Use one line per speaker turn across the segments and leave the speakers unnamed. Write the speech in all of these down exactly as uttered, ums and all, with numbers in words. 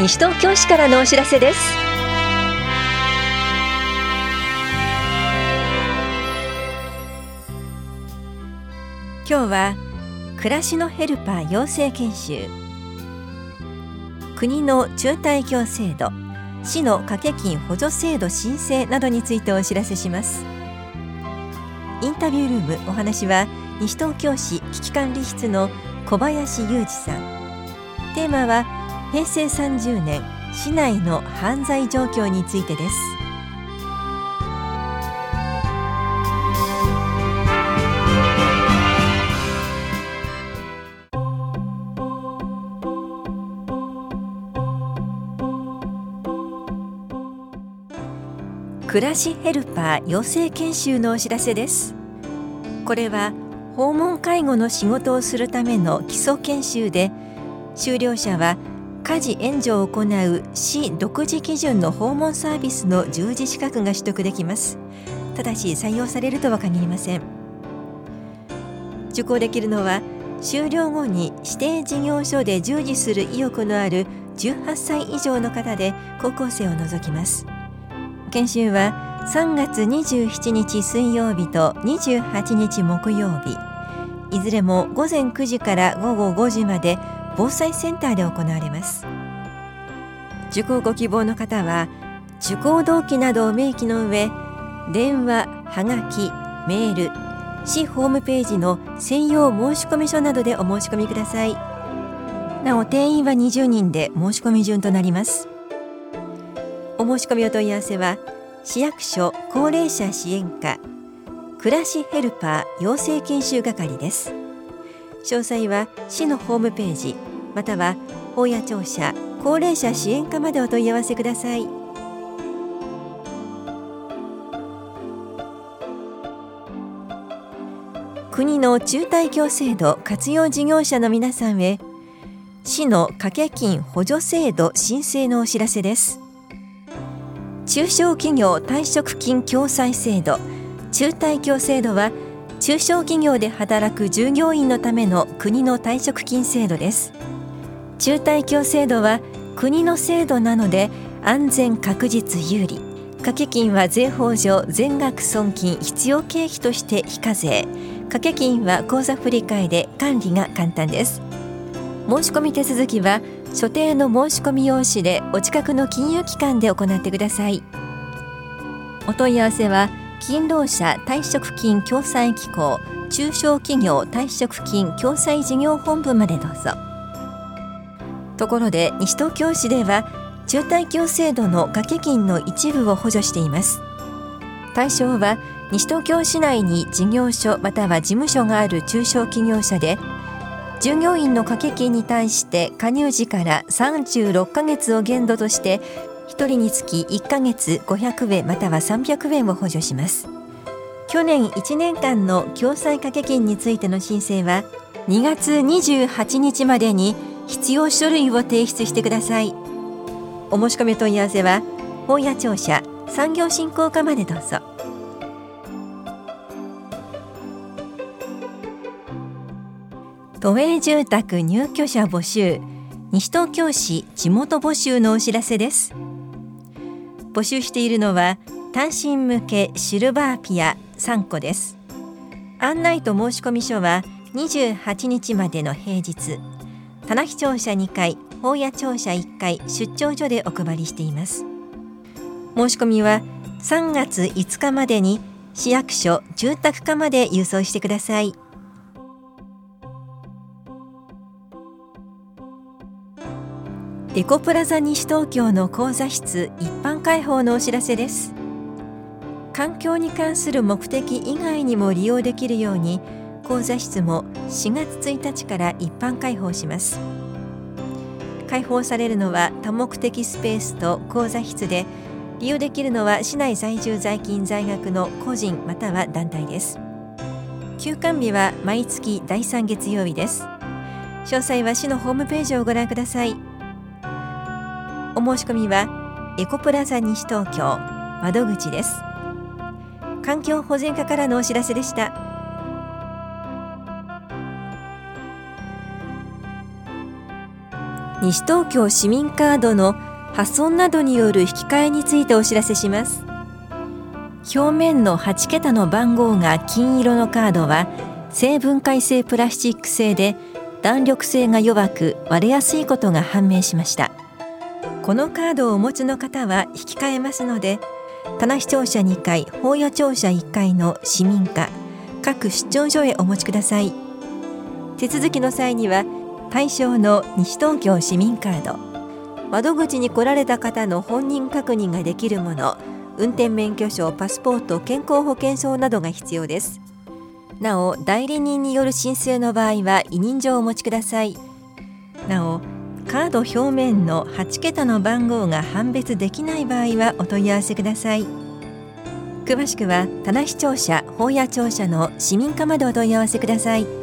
西東京市からのお知らせです。今日は暮らしのヘルパー養成研修、国の中退協制度、市の掛け金補助制度申請などについてお知らせします。インタビュールーム、お話は西東京市危機管理室の小林裕二さん。テーマはへいせいさんじゅうねん市内の犯罪状況についてです。暮らしヘルパー養成研修のお知らせです。これは訪問介護の仕事をするための基礎研修で、修了者は家事援助を行う市独自基準の訪問サービスの従事資格が取得できます。ただし採用されるとは限りません。受講できるのは修了後に指定事業所で従事する意欲のあるじゅうはっさい以上の方で、高校生を除きます。研修はさんがつにじゅうしちにち水曜日とにじゅうはちにち木曜日、いずれもごぜんくじからごごごじまで防災センターで行われます。受講ご希望の方は受講動機などを明記の上、電話、はがき、メール、市ホームページの専用申込書などでお申し込みください。なお定員はにじゅうにんで申し込み順となります。お申し込みお問い合わせは市役所高齢者支援課暮らしヘルパー養成研修係です。詳細は市のホームページまたは保谷庁舎高齢者支援課までお問い合わせください。国の中退協制度活用事業者の皆さんへ、市の掛け金補助制度申請のお知らせです。中小企業退職金共済制度中退協制度は、中小企業で働く従業員のための国の退職金制度です。中退協制度は国の制度なので安全確実有利。掛け金は税法上全額損金必要経費として非課税。掛け金は口座振替で管理が簡単です。申し込み手続きは所定の申し込み用紙でお近くの金融機関で行ってください。お問い合わせは勤労者退職金共済機構中小企業退職金共済事業本部までどうぞ。ところで西東京市では中退協制度の掛け金の一部を補助しています。対象は西東京市内に事業所または事務所がある中小企業者で、従業員の掛け金に対して加入時からさんじゅうろっかげつを限度としてひとりにつきいっかげつごひゃくえんまたはさんびゃくえんを補助します。去年いちねんかんの共済掛け金についての申請はにがつにじゅうはちにちまでに必要書類を提出してください。お申し込み問い合わせは保谷庁舎産業振興課までどうぞ。都営住宅入居者募集、西東京市地元募集のお知らせです。募集しているのは単身向けシルバーピアさんこです。案内と申し込み書はにじゅうはちにちまでの平日、棚木庁舎にかい、保谷庁舎いっかい出張所でお配りしています。申し込みはさんがついつかまでに市役所住宅課まで郵送してください。エコプラザ西東京の講座室一般開放のお知らせです。環境に関する目的以外にも利用できるように、講座室もしがつついたちから一般開放します。開放されるのは多目的スペースと講座室で、利用できるのは市内在住在勤在学の個人または団体です。休館日は毎月だいさん月曜日です。詳細は市のホームページをご覧ください。お申し込みはエコプラザ西東京窓口です。環境保全課からのお知らせでした。 西東京市民カードの破損などによる引き換えについてお知らせします。表面のはちけたの番号が金色のカードは生分解性プラスチック製で弾力性が弱く割れやすいことが判明しました。このカードをお持ちの方は引き換えますので、田無庁舎にかい、保谷庁舎いっかいの市民課各出張所へお持ちください。手続きの際には対象の西東京市民カード、窓口に来られた方の本人確認ができるもの、運転免許証、パスポート、健康保険証などが必要です。なお、代理人による申請の場合は委任状をお持ちください。なお、カード表面のはちけたの番号が判別できない場合はお問い合わせください。詳しくは田無庁舎、保谷庁舎の市民課までお問い合わせください。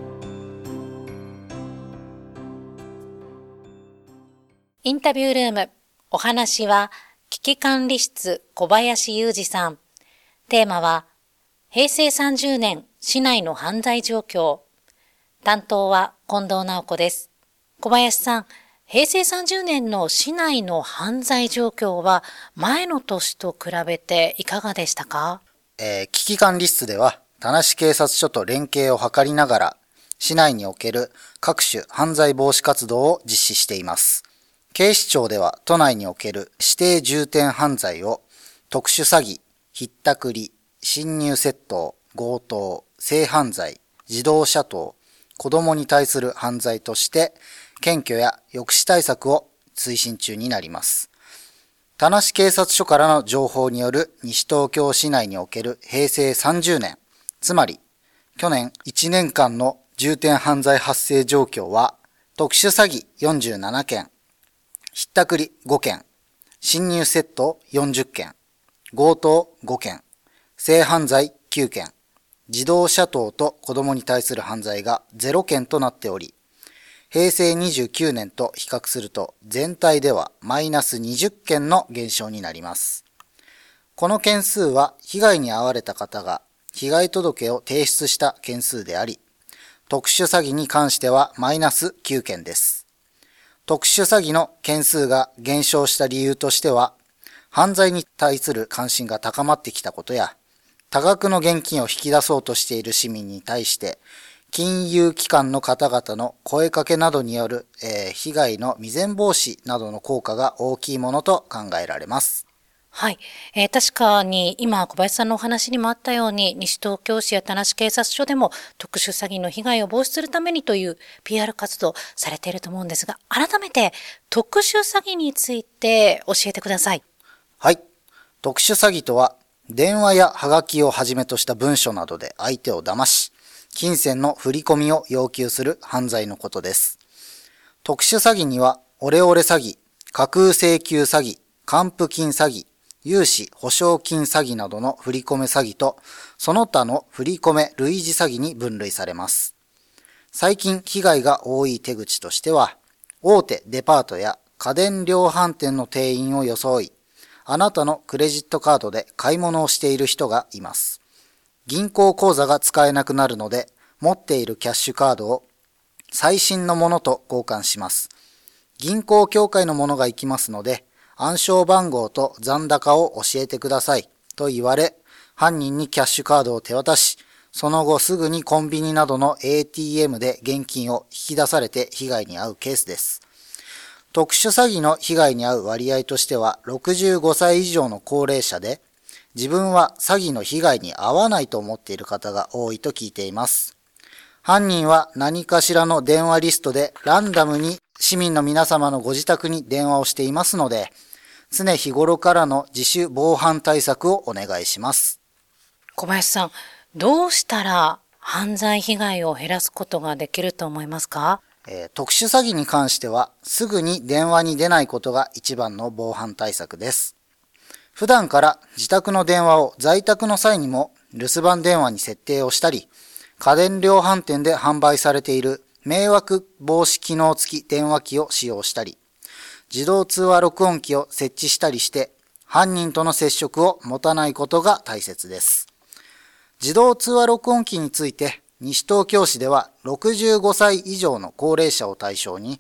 インタビュールーム、お話は危機管理室小林裕二さん。テーマは平成さんじゅうねん市内の犯罪状況。担当は近藤直子です。小林さん、平成さんじゅうねんの市内の犯罪状況は前の年と比べていかがでしたか？
えー、危機管理室では田無警察署と連携を図りながら市内における各種犯罪防止活動を実施しています。警視庁では都内における指定重点犯罪を特殊詐欺、ひったくり、侵入窃盗、強盗、性犯罪、自動車盗、子供に対する犯罪として検挙や抑止対策を推進中になります。田無警察署からの情報による西東京市内における平成さんじゅうねん、つまり去年いちねんかんの重点犯罪発生状況は、特殊詐欺よんじゅうななけん、ひったくりごけん、侵入窃盗よんじゅっけん、強盗ごけん、性犯罪きゅうけん、自動車盗と子供に対する犯罪がゼロけんとなっており、平成にじゅうきゅうねんと比較すると全体ではマイナスにじゅっけんの減少になります。この件数は被害に遭われた方が被害届を提出した件数であり、特殊詐欺に関してはマイナスきゅうけんです。特殊詐欺の件数が減少した理由としては、犯罪に対する関心が高まってきたことや、多額の現金を引き出そうとしている市民に対して、金融機関の方々の声かけなどによる、えー、被害の未然防止などの効果が大きいものと考えられます。
はい、えー、確かに今小林さんのお話にもあったように、西東京市や田無警察署でも特殊詐欺の被害を防止するためにという ピーアール 活動されていると思うんですが、改めて特殊詐欺について教えてください。
はい、特殊詐欺とは電話やハガキをはじめとした文書などで相手を騙し、金銭の振り込みを要求する犯罪のことです。特殊詐欺にはオレオレ詐欺、架空請求詐欺、還付金詐欺、融資保証金詐欺などの振り込め詐欺と、その他の振り込め類似詐欺に分類されます。最近被害が多い手口としては、大手デパートや家電量販店の店員を装い、あなたのクレジットカードで買い物をしている人がいます。銀行口座が使えなくなるので、持っているキャッシュカードを最新のものと交換します。銀行協会のものが行きますので、暗証番号と残高を教えてくださいと言われ、犯人にキャッシュカードを手渡し、その後すぐにコンビニなどの エーティーエム で現金を引き出されて被害に遭うケースです。特殊詐欺の被害に遭う割合としてはろくじゅうごさい以上の高齢者で、自分は詐欺の被害に遭わないと思っている方が多いと聞いています。犯人は何かしらの電話リストでランダムに市民の皆様のご自宅に電話をしていますので、常日頃からの自主防犯対策をお願いします。
小林さん、どうしたら犯罪被害を減らすことができると思いますか？
えー、特殊詐欺に関しては、すぐに電話に出ないことが一番の防犯対策です。普段から自宅の電話を在宅の際にも留守番電話に設定をしたり、家電量販店で販売されている迷惑防止機能付き電話機を使用したり、自動通話録音機を設置したりして、犯人との接触を持たないことが大切です。自動通話録音機について、西東京市ではろくじゅうごさい以上の高齢者を対象に、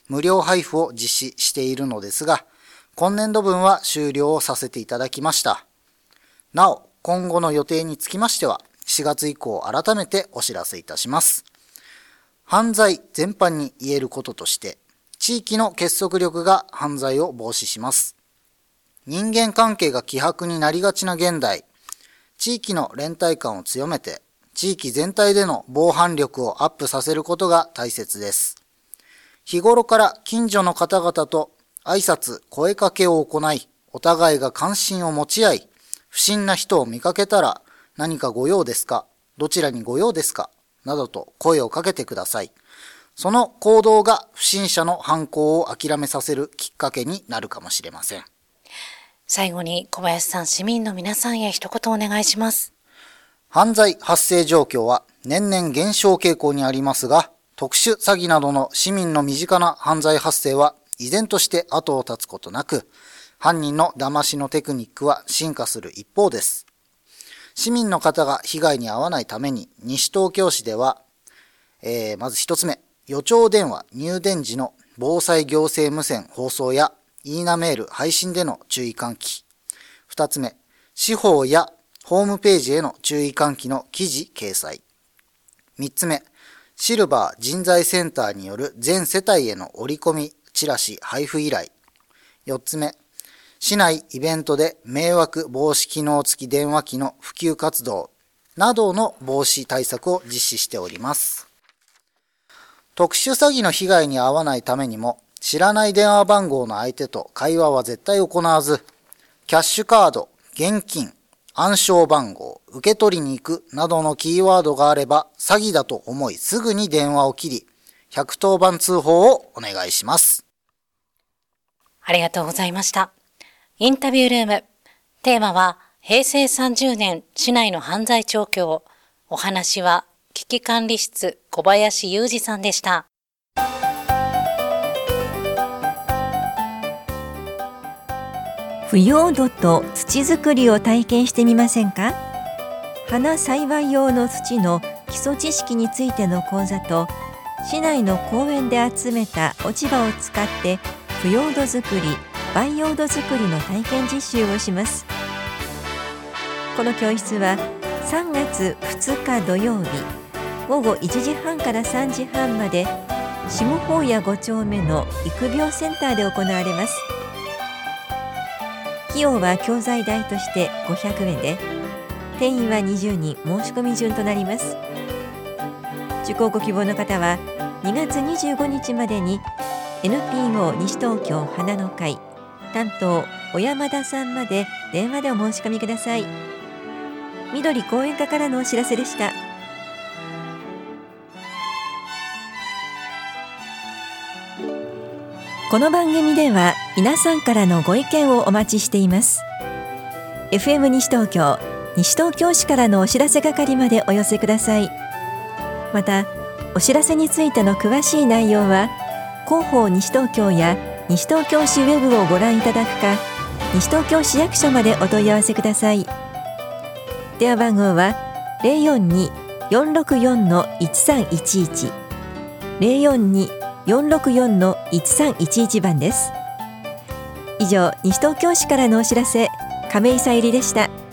無料配布を実施しているのですが、今年度分は終了をさせていただきました。なお、今後の予定につきましては、しがつ以降改めてお知らせいたします。犯罪全般に言えることとして、地域の結束力が犯罪を防止します。人間関係が希薄になりがちな現代、地域の連帯感を強めて、地域全体での防犯力をアップさせることが大切です。日頃から近所の方々と挨拶、声かけを行い、お互いが関心を持ち合い、不審な人を見かけたら、何かご用ですか？どちらにご用ですか？などと声をかけてください。その行動が不審者の犯行を諦めさせるきっかけになるかもしれません。
最後に小林さん、市民の皆さんへ一言お願いします。
犯罪発生状況は年々減少傾向にありますが、特殊詐欺などの市民の身近な犯罪発生は依然として後を絶つことなく、犯人の騙しのテクニックは進化する一方です。市民の方が被害に遭わないために、西東京市では、えー、まず一つ目、予兆電話入電時の防災行政無線放送やイーナメール配信での注意喚起。二つ目、司法やホームページへの注意喚起の記事掲載。三つ目、シルバー人材センターによる全世帯への折り込みチラシ配布依頼。四つ目、市内イベントで迷惑防止機能付き電話機の普及活動などの防止対策を実施しております。特殊詐欺の被害に遭わないためにも、知らない電話番号の相手と会話は絶対行わず、キャッシュカード、現金、暗証番号、受け取りに行くなどのキーワードがあれば、詐欺だと思いすぐに電話を切り、ひゃくとおばん通報をお願いします。
ありがとうございました。インタビュールーム。テーマは、へいせいさんじゅうねん市内の犯罪状況。お話は、危機管理室小林裕二さんでした。
腐葉土と土作りを体験してみませんか？花栽培用の土の基礎知識についての講座と、市内の公園で集めた落ち葉を使って腐葉土作り、培養土作りの体験実習をします。この教室はさんがつふつか土曜日ごごいちじはんからさんじはんまで、下法屋ごちょうめの育苗センターで行われます。費用は教材代としてごひゃくえんで、定員はにじゅうにん、申し込み順となります。受講ご希望の方はにがつにじゅうごにちまでに エヌピーオー 西東京花の会担当小山田さんまで電話でお申し込みください。緑講演課からのお知らせでした。この番組では皆さんからのご意見をお待ちしています。 エフエム 西東京西東京市からのお知らせ係までお寄せください。またお知らせについての詳しい内容は広報西東京や西東京市ウェブをご覧いただくか、西東京市役所までお問い合わせください。電話番号は ゼロよんに よんろくよん いちさんいちいち ゼロよんに よんろくよん いちさんいちいち番です。以上、西東京市からのお知らせ、亀井さゆりでした。